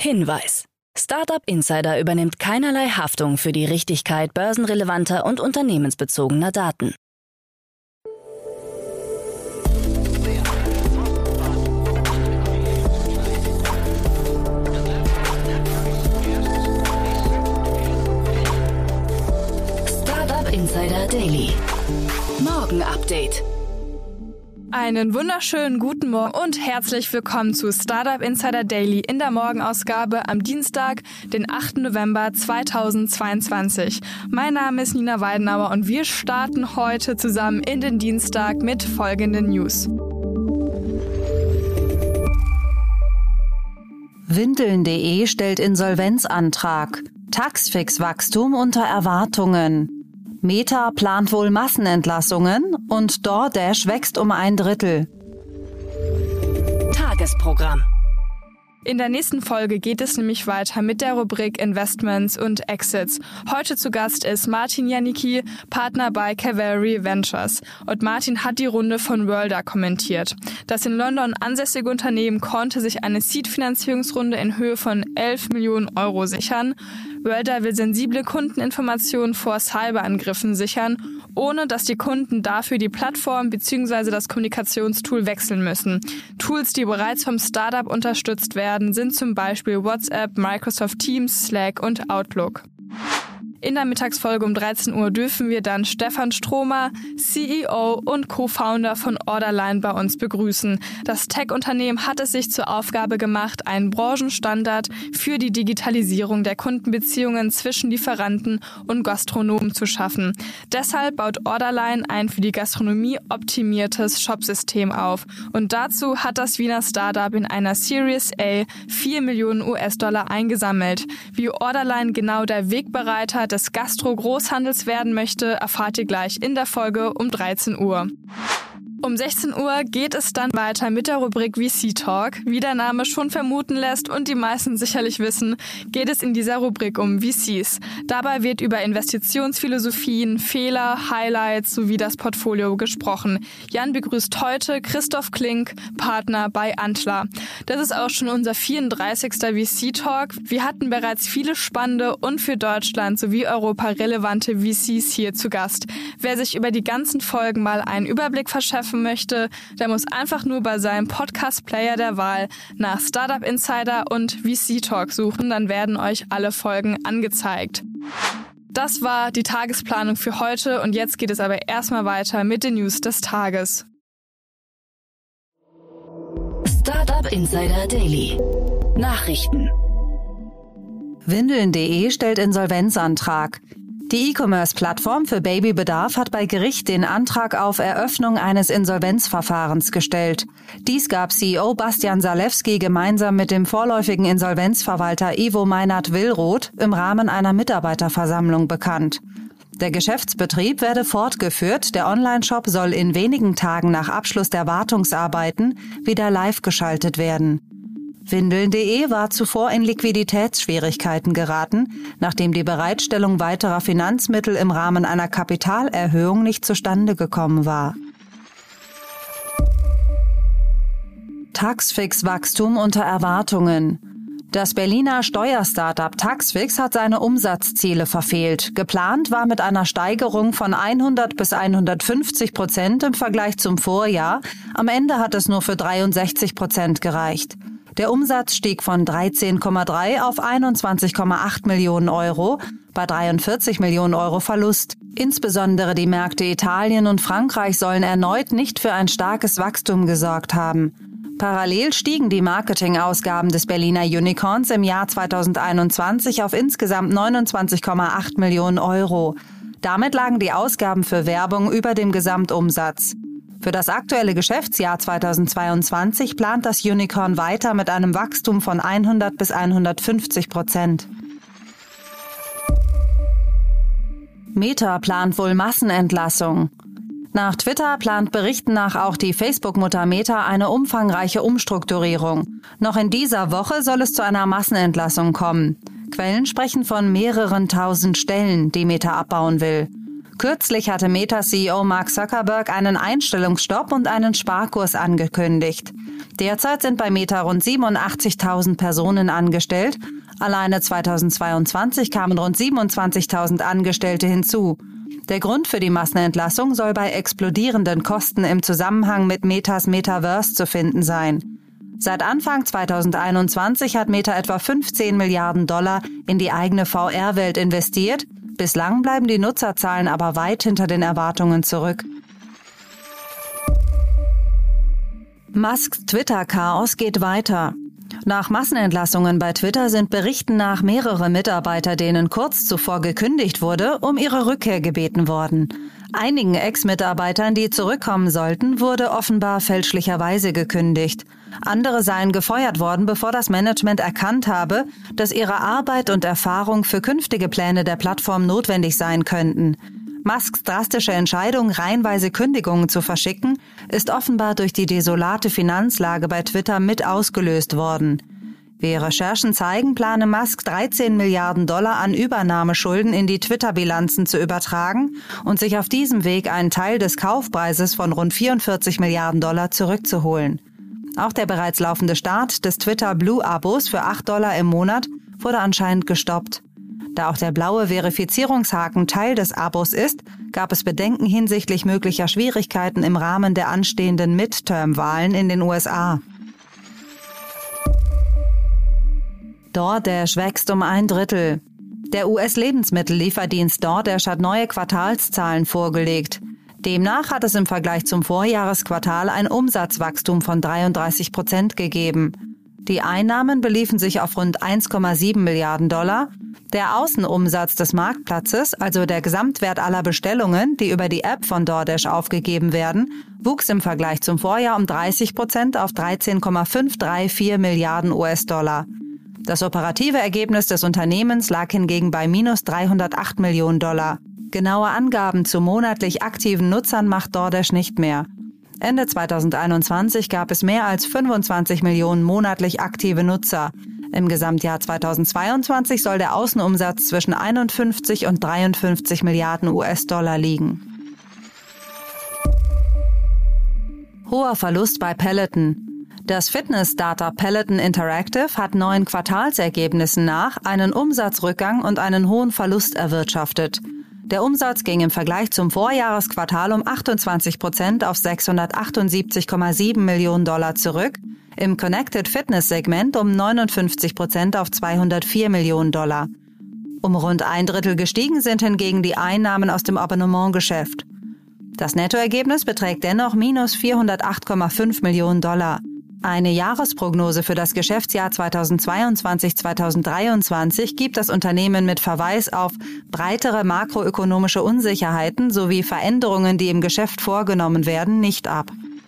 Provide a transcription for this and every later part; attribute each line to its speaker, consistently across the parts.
Speaker 1: Hinweis: Startup Insider übernimmt keinerlei Haftung für die Richtigkeit börsenrelevanter und unternehmensbezogener Daten. Startup Insider Daily. Morgen Update.
Speaker 2: Einen wunderschönen guten Morgen und herzlich willkommen zu Startup Insider Daily in der Morgenausgabe am Dienstag, den 8. November 2022. Mein Name ist Nina Weidenauer und wir starten heute zusammen in den Dienstag mit folgenden News.
Speaker 3: Windeln.de stellt Insolvenzantrag. Taxfix-Wachstum unter Erwartungen. Meta plant wohl Massenentlassungen und DoorDash wächst um 1/3.
Speaker 1: Tagesprogramm.
Speaker 2: In der nächsten Folge geht es nämlich weiter mit der Rubrik Investments und Exits. Heute zu Gast ist Martin Janicki, Partner bei Cavalry Ventures. Und Martin hat die Runde von Worlder kommentiert. Das in London ansässige Unternehmen konnte sich eine Seed-Finanzierungsrunde in Höhe von 11 Millionen Euro sichern. Worlder will sensible Kundeninformationen vor Cyberangriffen sichern, ohne dass die Kunden dafür die Plattform bzw. das Kommunikationstool wechseln müssen. Tools, die bereits vom Startup unterstützt werden, sind zum Beispiel WhatsApp, Microsoft Teams, Slack und Outlook. In der Mittagsfolge um 13 Uhr dürfen wir dann Stefan Stromer, CEO und Co-Founder von Orderline bei uns begrüßen. Das Tech-Unternehmen hat es sich zur Aufgabe gemacht, einen Branchenstandard für die Digitalisierung der Kundenbeziehungen zwischen Lieferanten und Gastronomen zu schaffen. Deshalb baut Orderline ein für die Gastronomie optimiertes Shopsystem auf. Und dazu hat das Wiener Startup in einer Series A 4 Millionen US-Dollar eingesammelt. Wie Orderline genau der Wegbereiter des Gastro-Großhandels werden möchte, erfahrt ihr gleich in der Folge um 13 Uhr. Um 16 Uhr geht es dann weiter mit der Rubrik VC Talk. Wie der Name schon vermuten lässt und die meisten sicherlich wissen, geht es in dieser Rubrik um VCs. Dabei wird über Investitionsphilosophien, Fehler, Highlights sowie das Portfolio gesprochen. Jan begrüßt heute Christoph Klink, Partner bei Antler. Das ist auch schon unser 34. VC Talk. Wir hatten bereits viele spannende und für Deutschland sowie Europa relevante VCs hier zu Gast. Wer sich über die ganzen Folgen mal einen Überblick verschaffen möchte, der muss einfach nur bei seinem Podcast-Player der Wahl nach Startup Insider und VC Talk suchen, dann werden euch alle Folgen angezeigt. Das war die Tagesplanung für heute und jetzt geht es aber erstmal weiter mit den News des Tages.
Speaker 1: Startup Insider Daily. Nachrichten.
Speaker 3: Windeln.de stellt Insolvenzantrag. Die E-Commerce-Plattform für Babybedarf hat bei Gericht den Antrag auf Eröffnung eines Insolvenzverfahrens gestellt. Dies gab CEO Bastian Salewski gemeinsam mit dem vorläufigen Insolvenzverwalter Ivo Meinert-Willroth im Rahmen einer Mitarbeiterversammlung bekannt. Der Geschäftsbetrieb werde fortgeführt, der Onlineshop soll in wenigen Tagen nach Abschluss der Wartungsarbeiten wieder live geschaltet werden. Windeln.de war zuvor in Liquiditätsschwierigkeiten geraten, nachdem die Bereitstellung weiterer Finanzmittel im Rahmen einer Kapitalerhöhung nicht zustande gekommen war. Taxfix-Wachstum unter Erwartungen. Das Berliner Steuerstartup Taxfix hat seine Umsatzziele verfehlt. Geplant war mit einer Steigerung von 100 bis 150% im Vergleich zum Vorjahr. Am Ende hat es nur für 63% gereicht. Der Umsatz stieg von 13,3 auf 21,8 Millionen Euro, bei 43 Millionen Euro Verlust. Insbesondere die Märkte Italien und Frankreich sollen erneut nicht für ein starkes Wachstum gesorgt haben. Parallel stiegen die Marketingausgaben des Berliner Unicorns im Jahr 2021 auf insgesamt 29,8 Millionen Euro. Damit lagen die Ausgaben für Werbung über dem Gesamtumsatz. Für das aktuelle Geschäftsjahr 2022 plant das Unicorn weiter mit einem Wachstum von 100 bis 150%. Meta plant wohl Massenentlassung. Nach Twitter plant Berichten nach auch die Facebook-Mutter Meta eine umfangreiche Umstrukturierung. Noch in dieser Woche soll es zu einer Massenentlassung kommen. Quellen sprechen von mehreren tausend Stellen, die Meta abbauen will. Kürzlich hatte Meta-CEO Mark Zuckerberg einen Einstellungsstopp und einen Sparkurs angekündigt. Derzeit sind bei Meta rund 87.000 Personen angestellt. Alleine 2022 kamen rund 27.000 Angestellte hinzu. Der Grund für die Massenentlassung soll bei explodierenden Kosten im Zusammenhang mit Metas Metaverse zu finden sein. Seit Anfang 2021 hat Meta etwa 15 Milliarden Dollar in die eigene VR-Welt investiert. Bislang bleiben die Nutzerzahlen aber weit hinter den Erwartungen zurück. Musks Twitter-Chaos geht weiter. Nach Massenentlassungen bei Twitter sind Berichten nach mehrere Mitarbeiter, denen kurz zuvor gekündigt wurde, um ihre Rückkehr gebeten worden. Einigen Ex-Mitarbeitern, die zurückkommen sollten, wurde offenbar fälschlicherweise gekündigt. Andere seien gefeuert worden, bevor das Management erkannt habe, dass ihre Arbeit und Erfahrung für künftige Pläne der Plattform notwendig sein könnten. Musks drastische Entscheidung, reihenweise Kündigungen zu verschicken, ist offenbar durch die desolate Finanzlage bei Twitter mit ausgelöst worden. Wie Recherchen zeigen, plane Musk 13 Milliarden Dollar an Übernahmeschulden in die Twitter-Bilanzen zu übertragen und sich auf diesem Weg einen Teil des Kaufpreises von rund 44 Milliarden Dollar zurückzuholen. Auch der bereits laufende Start des Twitter Blue-Abos für $8 im Monat wurde anscheinend gestoppt. Da auch der blaue Verifizierungshaken Teil des Abos ist, gab es Bedenken hinsichtlich möglicher Schwierigkeiten im Rahmen der anstehenden Midterm-Wahlen in den USA. DoorDash wächst um 1/3. Der US-Lebensmittellieferdienst DoorDash hat neue Quartalszahlen vorgelegt. Demnach hat es im Vergleich zum Vorjahresquartal ein Umsatzwachstum von 33% gegeben. Die Einnahmen beliefen sich auf rund 1,7 Milliarden Dollar. Der Außenumsatz des Marktplatzes, also der Gesamtwert aller Bestellungen, die über die App von DoorDash aufgegeben werden, wuchs im Vergleich zum Vorjahr um 30% auf 13,534 Milliarden US-Dollar. Das operative Ergebnis des Unternehmens lag hingegen bei minus 308 Millionen Dollar. Genaue Angaben zu monatlich aktiven Nutzern macht DoorDash nicht mehr. Ende 2021 gab es mehr als 25 Millionen monatlich aktive Nutzer. Im Gesamtjahr 2022 soll der Außenumsatz zwischen 51 und 53 Milliarden US-Dollar liegen. Hoher Verlust bei Peloton. Das Fitness-Startup Peloton Interactive hat neuen Quartalsergebnissen nach einen Umsatzrückgang und einen hohen Verlust erwirtschaftet. Der Umsatz ging im Vergleich zum Vorjahresquartal um 28% auf 678,7 Millionen Dollar zurück, im Connected Fitness Segment um 59% auf 204 Millionen Dollar. Um rund 1/3 gestiegen sind hingegen die Einnahmen aus dem Abonnementgeschäft. Das Nettoergebnis beträgt dennoch minus 408,5 Millionen Dollar. Eine Jahresprognose für das Geschäftsjahr 2022-2023 gibt das Unternehmen mit Verweis auf breitere makroökonomische Unsicherheiten sowie Veränderungen, die im Geschäft vorgenommen werden, nicht ab.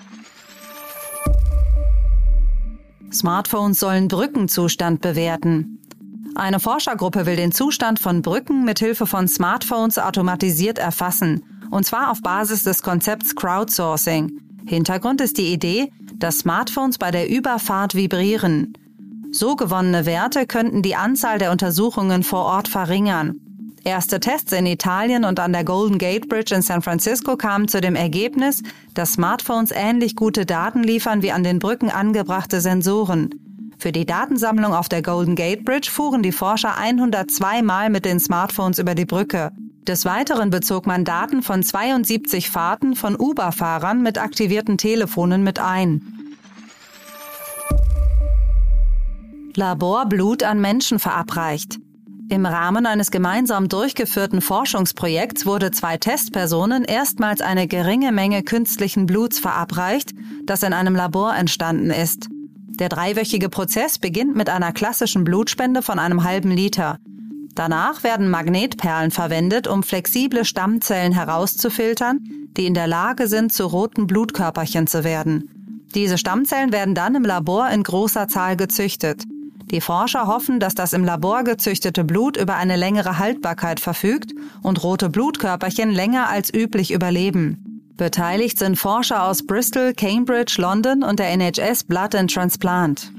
Speaker 3: Smartphones sollen Brückenzustand bewerten. Eine Forschergruppe will den Zustand von Brücken mit Hilfe von Smartphones automatisiert erfassen, und zwar auf Basis des Konzepts Crowdsourcing. Hintergrund ist die Idee, dass Smartphones bei der Überfahrt vibrieren. So gewonnene Werte könnten die Anzahl der Untersuchungen vor Ort verringern. Erste Tests in Italien und an der Golden Gate Bridge in San Francisco kamen zu dem Ergebnis, dass Smartphones ähnlich gute Daten liefern wie an den Brücken angebrachte Sensoren. Für die Datensammlung auf der Golden Gate Bridge fuhren die Forscher 102 Mal mit den Smartphones über die Brücke. Des Weiteren bezog man Daten von 72 Fahrten von Uber-Fahrern mit aktivierten Telefonen mit ein. Laborblut an Menschen verabreicht. Im Rahmen eines gemeinsam durchgeführten Forschungsprojekts wurde 2 Testpersonen erstmals eine geringe Menge künstlichen Bluts verabreicht, das in einem Labor entstanden ist. Der 3-wöchige Prozess beginnt mit einer klassischen Blutspende von einem halben Liter. Danach werden Magnetperlen verwendet, um flexible Stammzellen herauszufiltern, die in der Lage sind, zu roten Blutkörperchen zu werden. Diese Stammzellen werden dann im Labor in großer Zahl gezüchtet. Die Forscher hoffen, dass das im Labor gezüchtete Blut über eine längere Haltbarkeit verfügt und rote Blutkörperchen länger als üblich überleben. Beteiligt sind Forscher aus Bristol, Cambridge, London und der NHS Blood and Transplant.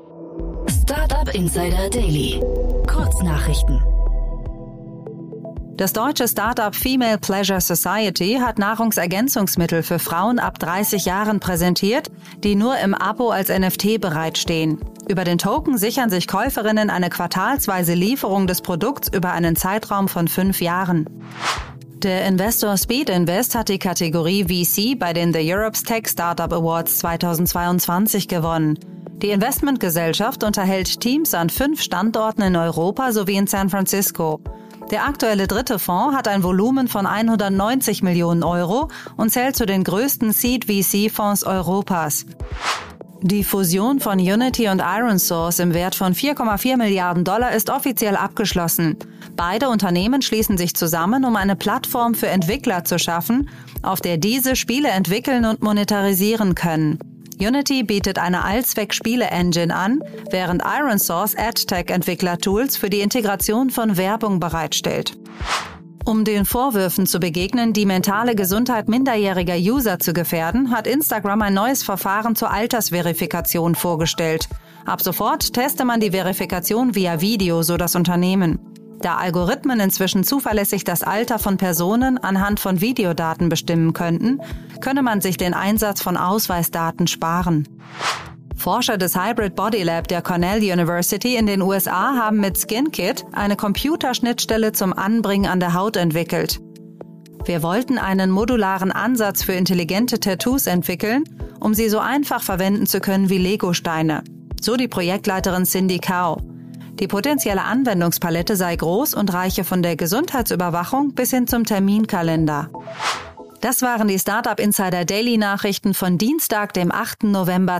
Speaker 1: Startup Insider Daily. Kurznachrichten.
Speaker 3: Das deutsche Startup Female Pleasure Society hat Nahrungsergänzungsmittel für Frauen ab 30 Jahren präsentiert, die nur im Abo als NFT bereitstehen. Über den Token sichern sich Käuferinnen eine quartalsweise Lieferung des Produkts über einen Zeitraum von 5 Jahren. Der Investor Speed Invest hat die Kategorie VC bei den The Europe's Tech Startup Awards 2022 gewonnen. Die Investmentgesellschaft unterhält Teams an 5 Standorten in Europa sowie in San Francisco. Der aktuelle 3. Fonds hat ein Volumen von 190 Millionen Euro und zählt zu den größten Seed-VC-Fonds Europas. Die Fusion von Unity und ironSource im Wert von $4,4 Milliarden ist offiziell abgeschlossen. Beide Unternehmen schließen sich zusammen, um eine Plattform für Entwickler zu schaffen, auf der diese Spiele entwickeln und monetarisieren können. Unity bietet eine Allzweck-Spiele-Engine an, während ironSource AdTech-Entwickler-Tools für die Integration von Werbung bereitstellt. Um den Vorwürfen zu begegnen, die mentale Gesundheit minderjähriger User zu gefährden, hat Instagram ein neues Verfahren zur Altersverifikation vorgestellt. Ab sofort teste man die Verifikation via Video, so das Unternehmen. Da Algorithmen inzwischen zuverlässig das Alter von Personen anhand von Videodaten bestimmen könnten, könne man sich den Einsatz von Ausweisdaten sparen. Forscher des Hybrid Body Lab der Cornell University in den USA haben mit SkinKit eine Computerschnittstelle zum Anbringen an der Haut entwickelt. Wir wollten einen modularen Ansatz für intelligente Tattoos entwickeln, um sie so einfach verwenden zu können wie Legosteine. So die Projektleiterin Cindy Kao. Die potenzielle Anwendungspalette sei groß und reiche von der Gesundheitsüberwachung bis hin zum Terminkalender. Das waren die Startup Insider Daily Nachrichten von Dienstag, dem 8. November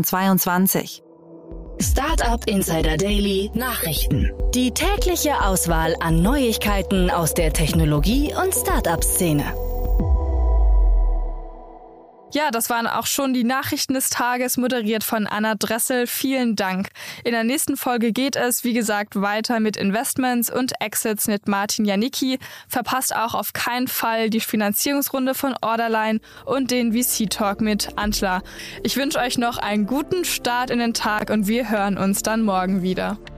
Speaker 3: 2022.
Speaker 1: Startup Insider Daily Nachrichten. Die tägliche Auswahl an Neuigkeiten aus der Technologie- und Startup-Szene.
Speaker 2: Ja, das waren auch schon die Nachrichten des Tages, moderiert von Anna Dressel. Vielen Dank. In der nächsten Folge geht es, wie gesagt, weiter mit Investments und Exits mit Martin Janicki. Verpasst auch auf keinen Fall die Finanzierungsrunde von Orderline und den VC-Talk mit Antler. Ich wünsche euch noch einen guten Start in den Tag und wir hören uns dann morgen wieder.